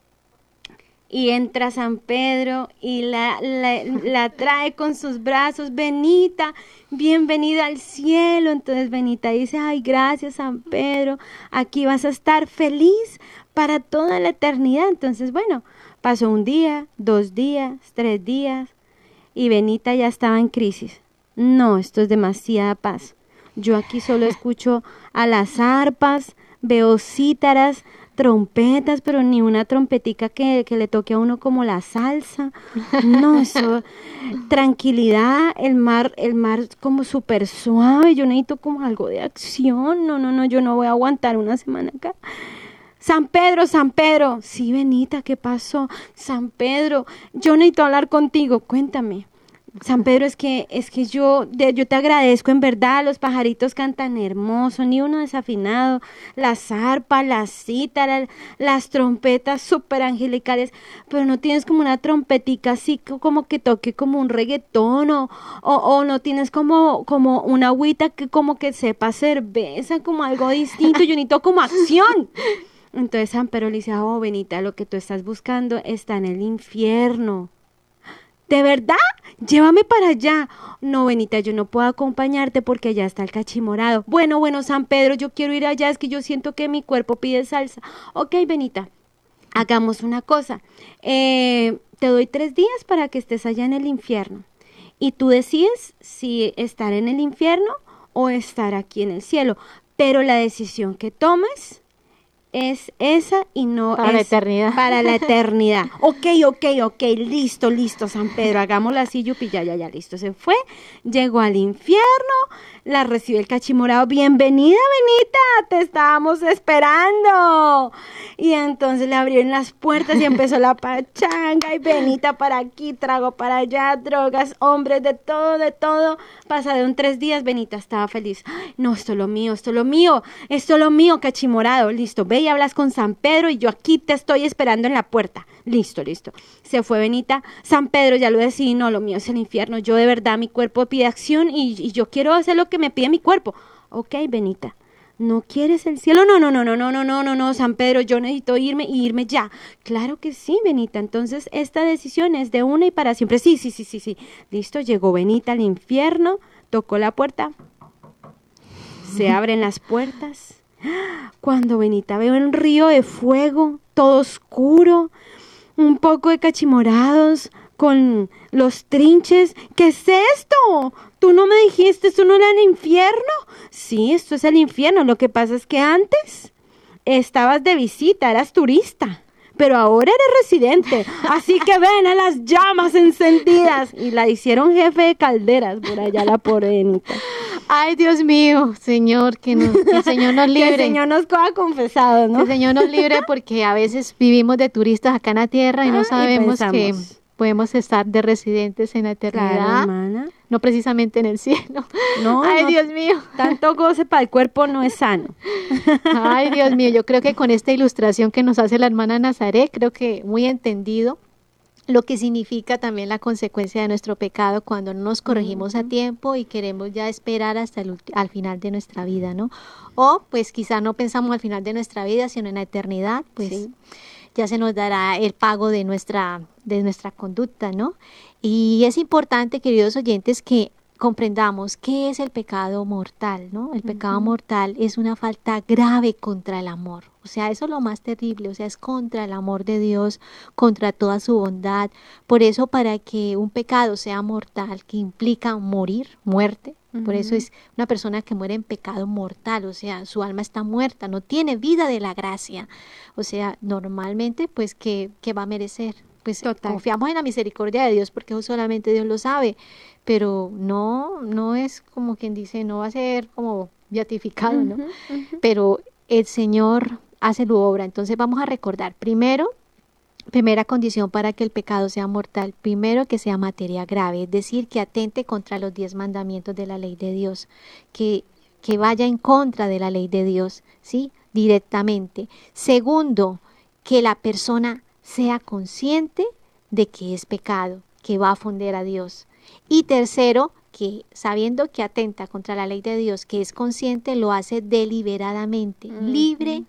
E: Y entra San Pedro y la, la, la trae con sus brazos. Benita, bienvenida al cielo. Entonces Benita dice, ay, gracias San Pedro, aquí vas a estar feliz para toda la eternidad. Entonces, bueno, pasó un día, dos días, tres días, y Benita ya estaba en crisis. No, esto es demasiada paz. Yo aquí solo escucho a las arpas, veo cítaras, trompetas, pero ni una trompetica que, que le toque a uno como la salsa. No, eso, tranquilidad, el mar, el mar como súper suave. Yo necesito como algo de acción. No, no, no, yo no voy a aguantar una semana acá. San Pedro, San Pedro. Sí, Benita, ¿qué pasó? San Pedro, yo necesito hablar contigo, cuéntame. San Pedro, es que, es que yo, de, yo te agradezco, en verdad, los pajaritos cantan hermoso, ni uno desafinado, las arpas, las cítaras, las trompetas súper angelicales, pero no tienes como una trompetica así como que toque como un reggaetón, o, o, o no tienes como, como una agüita que como que sepa cerveza, como algo distinto, yo necesito como acción. Entonces San Pedro le dice, oh, Benita, lo que tú estás buscando está en el infierno. ¿De verdad? Llévame para allá. No, Benita, yo no puedo acompañarte porque allá está el cachimorado. Bueno, bueno, San Pedro, yo quiero ir allá, es que yo siento que mi cuerpo pide salsa. Ok, Benita, hagamos una cosa. Eh, te doy tres días para que estés allá en el infierno. Y tú decides si estar en el infierno o estar aquí en el cielo. Pero la decisión que tomes es esa y no
C: para
E: es
C: la eternidad.
E: Para la eternidad. Ok, ok, ok, listo, listo, San Pedro, hagámoslo así, yupi, ya, ya, ya, listo. Se fue, llegó al infierno, la recibe el cachimorado, bienvenida, Benita, te estábamos esperando. Y entonces le abrieron las puertas y empezó la pachanga, y Benita para aquí, trago para allá, drogas, hombres, de todo, de todo. Pasaron tres días, Benita estaba feliz. Ay, no, esto es lo mío, esto es lo mío, esto es lo mío, cachimorado, listo, ve y hablas con San Pedro y yo aquí te estoy esperando en la puerta. Listo, listo. Se fue Benita. San Pedro, ya lo decidí, no, lo mío es el infierno. Yo de verdad, mi cuerpo pide acción y, y yo quiero hacer lo que me pide mi cuerpo. Ok, Benita, ¿no quieres el cielo? No, no, no, no, no, no, no, no, no, San Pedro, yo necesito irme y irme ya. Claro que sí, Benita. Entonces, esta decisión es de una y para siempre. Sí, sí, sí, sí, sí. Listo, llegó Benita al infierno, tocó la puerta. Se abren las puertas. Cuando Benita ve un río de fuego, todo oscuro, un poco de cachimorados con los trinches. ¿Qué es esto? ¿Tú no me dijiste esto no era el infierno? Sí, esto es el infierno. Lo que pasa es que antes estabas de visita, eras turista, pero ahora eres residente. Así que ven a las llamas encendidas. Y la hicieron jefe de calderas por allá, la pobre Benita.
C: Ay, Dios mío, Señor, que, nos, que el Señor nos libre.
E: Que el Señor nos coja confesados, ¿no?
C: Que el Señor nos libre porque a veces vivimos de turistas acá en la tierra y no
E: ah,
C: sabemos
E: y
C: que podemos estar de residentes en la eternidad.
E: Claro, hermana.
C: No precisamente en el cielo.
E: No,
C: Ay,
E: no,
C: Dios mío.
E: Tanto goce para el cuerpo no es sano.
C: Ay, Dios mío, yo creo que con esta ilustración que nos hace la hermana Nazaret, creo que muy entendido lo que significa también la consecuencia de nuestro pecado cuando no nos corregimos a tiempo y queremos ya esperar hasta el al final de nuestra vida, ¿no? O pues quizá no pensamos al final de nuestra vida, sino en la eternidad, pues sí. Ya se nos dará el pago de nuestra, de nuestra conducta, ¿no? Y es importante, queridos oyentes, que comprendamos qué es el pecado mortal, ¿no? El pecado uh-huh. mortal es una falta grave contra el amor. O sea, eso es lo más terrible, o sea, es contra el amor de Dios, contra toda su bondad. Por eso, para que un pecado sea mortal, que implica morir, muerte, uh-huh. por eso es una persona que muere en pecado mortal, o sea, su alma está muerta, no tiene vida de la gracia. O sea, normalmente, pues, ¿qué, qué va a merecer? Pues Total. Confiamos en la misericordia de Dios porque eso solamente Dios lo sabe, pero no, no es como quien dice, no va a ser como beatificado, uh-huh, ¿no? Uh-huh. Pero el Señor hace su obra. Entonces vamos a recordar, primero, primera condición para que el pecado sea mortal, primero que sea materia grave, es decir, que atente contra los diez mandamientos de la ley de Dios, que, que vaya en contra de la ley de Dios, ¿sí? Directamente. Segundo, que la persona sea consciente de que es pecado, que va a ofender a Dios. Y tercero, que sabiendo que atenta contra la ley de Dios, que es consciente, lo hace deliberadamente, uh-huh. libre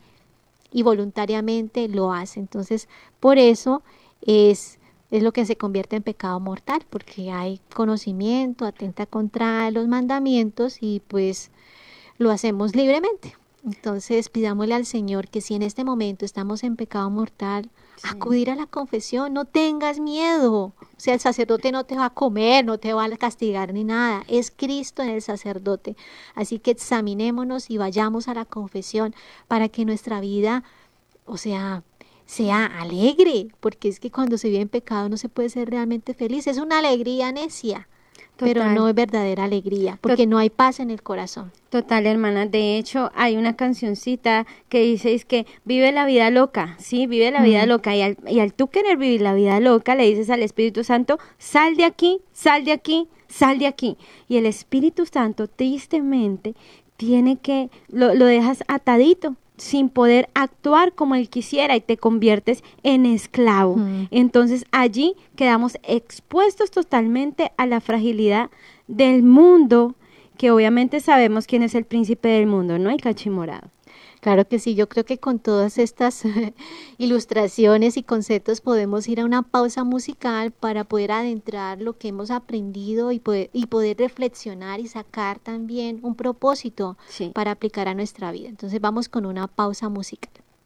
C: y voluntariamente lo hace. Entonces, por eso es, es lo que se convierte en pecado mortal, porque hay conocimiento, atenta contra los mandamientos y pues lo hacemos libremente. Entonces, pidámosle al Señor que si en este momento estamos en pecado mortal, sí. acudir a la confesión, no tengas miedo. O sea, el sacerdote no te va a comer, no te va a castigar ni nada. Es Cristo en el sacerdote. Así que examinémonos y vayamos a la confesión para que nuestra vida, o sea, sea alegre. Porque es que cuando se vive en pecado no se puede ser realmente feliz. Es una alegría necia. Total. Pero no es verdadera alegría, porque Tot- no hay paz en el corazón.
E: Total, hermana. De hecho, hay una cancioncita que dice es que vive la vida loca, ¿sí? Vive la vida mm. loca. Y al, y al tú querer vivir la vida loca, le dices al Espíritu Santo, sal de aquí, sal de aquí, sal de aquí. Y el Espíritu Santo, tristemente, tiene que, lo, lo dejas atadito, sin poder actuar como él quisiera y te conviertes en esclavo. Mm. Entonces allí quedamos expuestos totalmente a la fragilidad del mundo, que obviamente sabemos quién es el príncipe del mundo, ¿no? El cachimorado.
C: Claro que sí, yo creo que con todas estas ilustraciones y conceptos podemos ir a una pausa musical para poder adentrar lo que hemos aprendido y poder, y poder reflexionar y sacar también un propósito sí. para aplicar a nuestra vida. Entonces vamos con una pausa musical.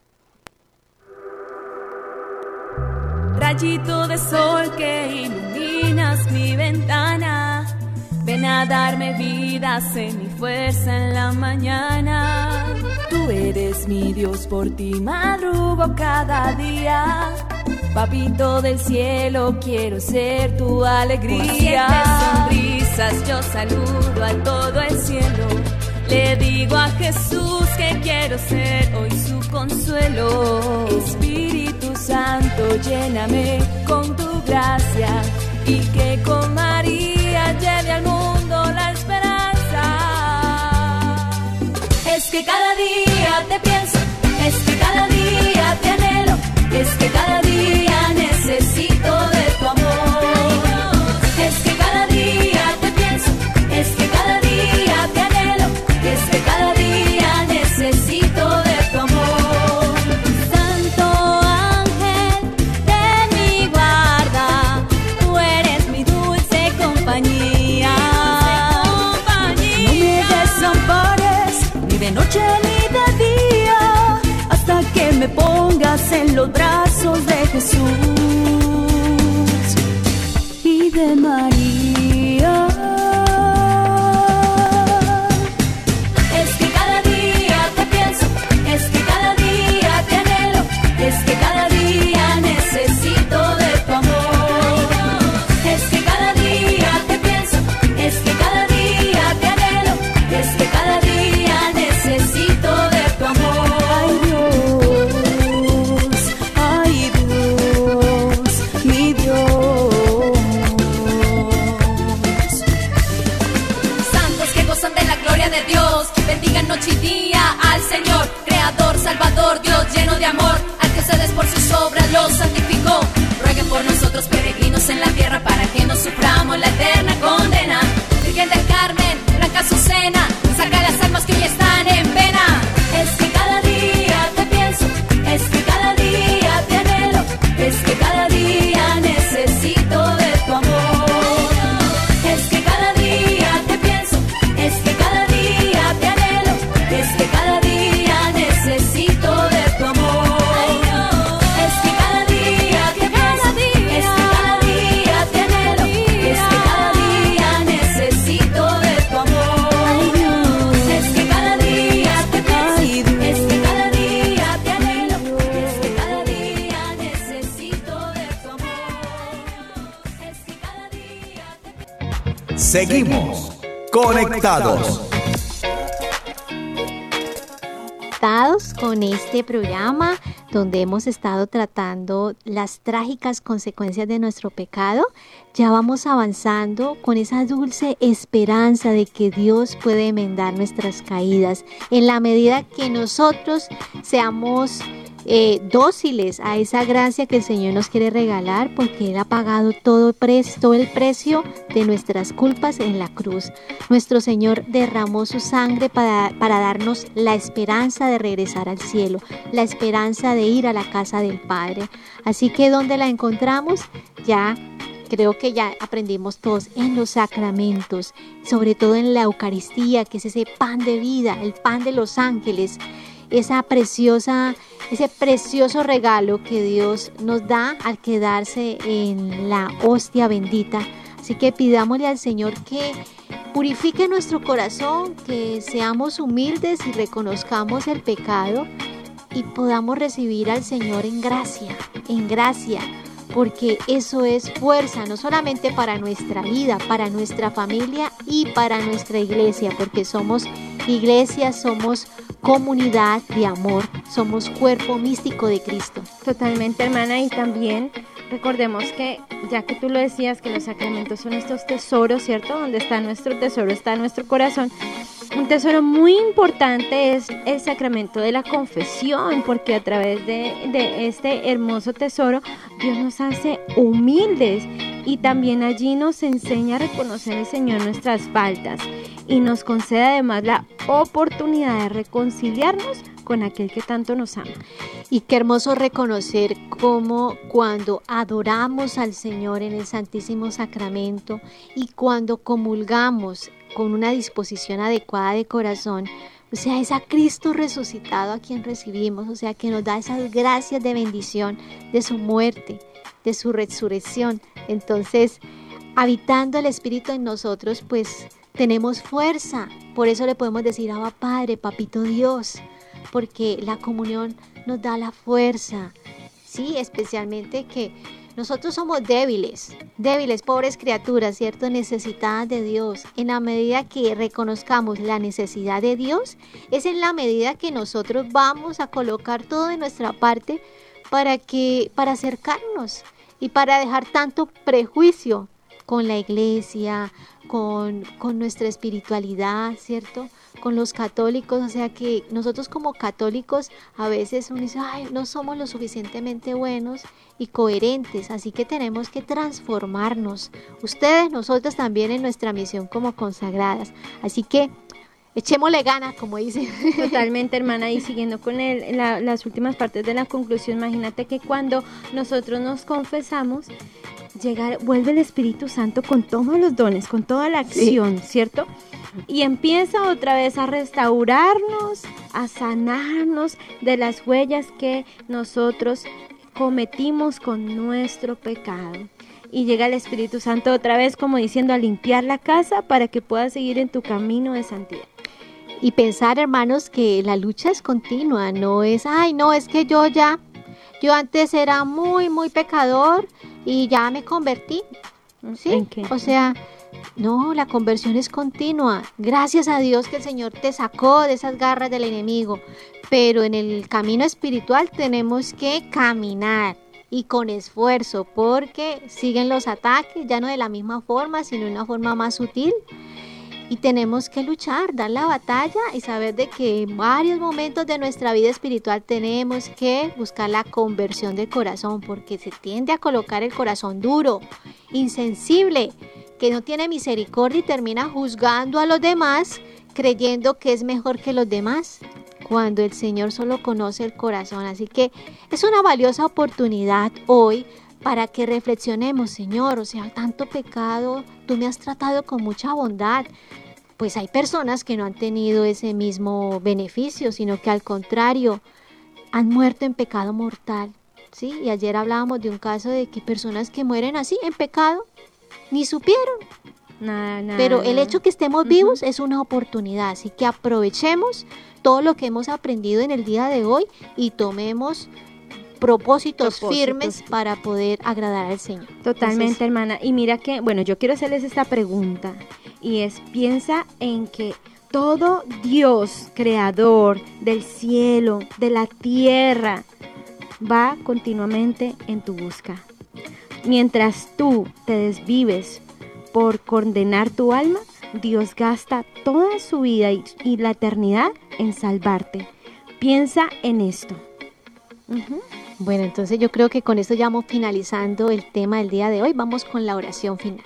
A: Rayito de sol que iluminas mi ventana, ven a darme vida, sé mi fuerza en la mañana. Tú eres mi Dios, por ti madrugo cada día. Papito del cielo, quiero ser tu alegría. Por siete sonrisas yo saludo a todo el cielo. Le digo a Jesús que quiero ser hoy su consuelo. Espíritu Santo, lléname con tu gracia y que con María lleve al mundo la esperanza. Es que cada día te pienso, es que cada día te anhelo, es que cada día necesito de tu amor. Es que cada día te pienso, es que cada día te anhelo, es que cada día necesito de tu amor. Santo ángel de mi guarda, tú eres mi dulce compañía. No me desampares ni de noche ni de día, hasta que me pongas en los brazos de Jesús y de María. Es que cada día te pienso, es que cada día te anhelo, es que cada día necesito de tu amor. Es que cada día te pienso, es que cada día te anhelo, noche y día al Señor, Creador, Salvador, Dios lleno de amor, al que ustedes por sus obras los santificó. Rueguen por nosotros, peregrinos en la tierra, para que no suframos la eterna condena. Virgen del Carmen, Blanca Azucena, saca las almas que hoy están en pena. Es que cada día te pienso, es que cada día te anhelo, es que cada día necesito de tu amor. Es que cada día te pienso, es que cada día te anhelo, es que cada día necesito de tu amor. Es que cada día te pienso, es que cada día te anhelo, es que cada día necesito de tu amor. Es que cada día te pienso, es que cada día te anhelo, es que cada día necesito de tu amor. Es que cada día te
B: Seguimos conectados.
C: Conectados con este programa donde hemos estado tratando las trágicas consecuencias de nuestro pecado. Ya vamos avanzando con esa dulce esperanza de que Dios puede enmendar nuestras caídas en la medida que nosotros seamos eh, dóciles a esa gracia que el Señor nos quiere regalar, porque Él ha pagado todo, pre- todo el precio de nuestras culpas en la cruz. Nuestro Señor derramó su sangre para, para darnos la esperanza de regresar al cielo, la esperanza de ir a la casa del Padre. Así que ¿dónde la encontramos? Ya creo que ya aprendimos todos en los sacramentos, sobre todo en la Eucaristía, que es ese pan de vida, el pan de los ángeles, esa preciosa, ese precioso regalo que Dios nos da al quedarse en la hostia bendita. Así que pidámosle al Señor que purifique nuestro corazón, que seamos humildes y reconozcamos el pecado y podamos recibir al Señor en gracia, en gracia, porque eso es fuerza, no solamente para nuestra vida, para nuestra familia y para nuestra iglesia, porque somos iglesia, somos comunidad de amor, somos cuerpo místico de Cristo.
E: Totalmente, hermana, y también recordemos que, ya que tú lo decías, que los sacramentos son estos tesoros, ¿cierto? Donde está nuestro tesoro, está nuestro corazón. Un tesoro muy importante es el sacramento de la confesión, porque a través de, de este hermoso tesoro Dios nos hace humildes y también allí nos enseña a reconocer al Señor nuestras faltas y nos concede además la oportunidad de reconciliarnos con aquel que tanto nos ama.
C: Y qué hermoso reconocer cómo cuando adoramos al Señor en el Santísimo Sacramento y cuando comulgamos con una disposición adecuada de corazón, o sea, es a Cristo resucitado a quien recibimos, o sea, que nos da esas gracias de bendición de su muerte, de su resurrección. Entonces, habitando el Espíritu en nosotros, pues tenemos fuerza. Por eso le podemos decir, Abba Padre, Papito Dios, porque la comunión nos da la fuerza, sí, especialmente que nosotros somos débiles, débiles, pobres criaturas, ¿cierto? Necesitadas de Dios. En la medida que reconozcamos la necesidad de Dios, es en la medida que nosotros vamos a colocar todo de nuestra parte para que, para acercarnos y para dejar tanto prejuicio con la iglesia, con, con nuestra espiritualidad, ¿cierto? Con los católicos, o sea que nosotros como católicos a veces uno dice, ay, no somos lo suficientemente buenos y coherentes, así que tenemos que transformarnos, ustedes, nosotros también en nuestra misión como consagradas, así que echémosle ganas, como dice.
E: Totalmente, hermana, y siguiendo con el, la, las últimas partes de la conclusión, imagínate que cuando nosotros nos confesamos, llega, vuelve el Espíritu Santo con todos los dones, con toda la acción, sí, ¿cierto? Y empieza otra vez a restaurarnos, a sanarnos de las huellas que nosotros cometimos con nuestro pecado. Y llega el Espíritu Santo otra vez como diciendo a limpiar la casa para que puedas seguir en tu camino de santidad.
C: Y pensar, hermanos, que la lucha es continua, no es, ay, no, es que yo ya, yo antes era muy, muy pecador y ya me convertí, ¿sí?
E: ¿En qué?
C: O sea, no, la conversión es continua. Gracias a Dios que el Señor te sacó de esas garras del enemigo, pero en el camino espiritual tenemos que caminar y con esfuerzo, porque siguen los ataques, ya no de la misma forma, sino de una forma más sutil. y tenemos que luchar, dar la batalla y saber de que en varios momentos de nuestra vida espiritual tenemos que buscar la conversión del corazón, porque se tiende a colocar el corazón duro, insensible, que no tiene misericordia y termina juzgando a los demás, creyendo que es mejor que los demás, cuando el Señor solo conoce el corazón. Así que es una valiosa oportunidad hoy para que reflexionemos, Señor, o sea, tanto pecado, tú me has tratado con mucha bondad. Pues hay personas que no han tenido ese mismo beneficio, sino que al contrario, han muerto en pecado mortal, ¿sí? Y ayer hablábamos de un caso de que personas que mueren así, en pecado, ni supieron.
E: Nada, nada,
C: Pero el
E: nada.
C: hecho que estemos vivos uh-huh. es una oportunidad, así que aprovechemos todo lo que hemos aprendido en el día de hoy y tomemos propósitos, propósitos firmes para poder agradar al Señor.
E: Totalmente,
C: Entonces,
E: hermana. Y mira que, bueno, yo quiero hacerles esta pregunta y es, piensa en que todo Dios, creador del cielo, de la tierra, va continuamente en tu busca. Mientras tú te desvives por condenar tu alma, Dios gasta toda su vida y, y la eternidad en salvarte. Piensa en esto. Uh-huh.
C: Bueno, entonces yo creo que con esto ya vamos finalizando el tema del día de hoy. Vamos con la oración final.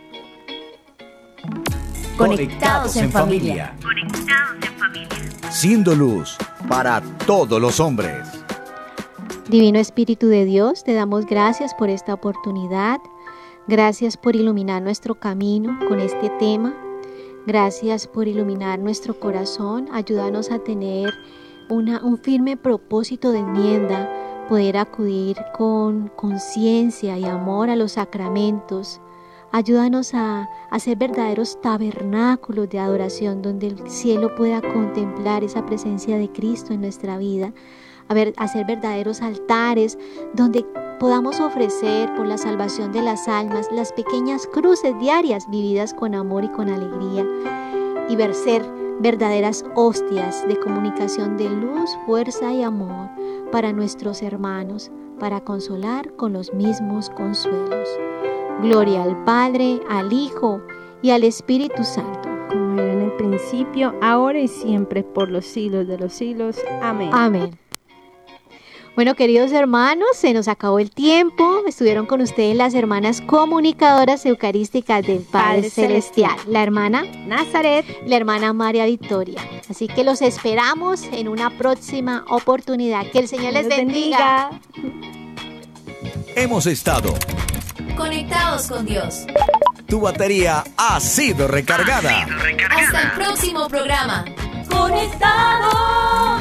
B: Conectados en familia. Conectados en familia. Siendo luz para todos los hombres.
C: Divino Espíritu de Dios, te damos gracias por esta oportunidad. Gracias por iluminar nuestro camino con este tema. Gracias por iluminar nuestro corazón. Ayúdanos a tener una, un firme propósito de enmienda, poder acudir con conciencia y amor a los sacramentos. Ayúdanos a, a ser verdaderos tabernáculos de adoración donde el cielo pueda contemplar esa presencia de Cristo en nuestra vida. A, ver, a ser verdaderos altares donde podamos ofrecer por la salvación de las almas las pequeñas cruces diarias vividas con amor y con alegría, y ver ser verdaderas hostias de comunicación de luz, fuerza y amor para nuestros hermanos, para consolar con los mismos consuelos. Gloria al Padre, al Hijo y al Espíritu Santo,
E: como era en el principio, ahora y siempre, por los siglos de los siglos. Amén.
C: Amén. Bueno, queridos hermanos, se nos acabó el tiempo. Estuvieron con ustedes las hermanas comunicadoras eucarísticas del Padre, Padre Celestial, Celestial, la hermana
E: Nazaret
C: y la hermana María Victoria. Así que los esperamos en una próxima oportunidad. Que el Señor les bendiga. bendiga.
B: Hemos estado
F: conectados con Dios.
B: Tu batería ha sido recargada.
F: Ha sido recargada. Hasta el próximo programa.
A: Conectados.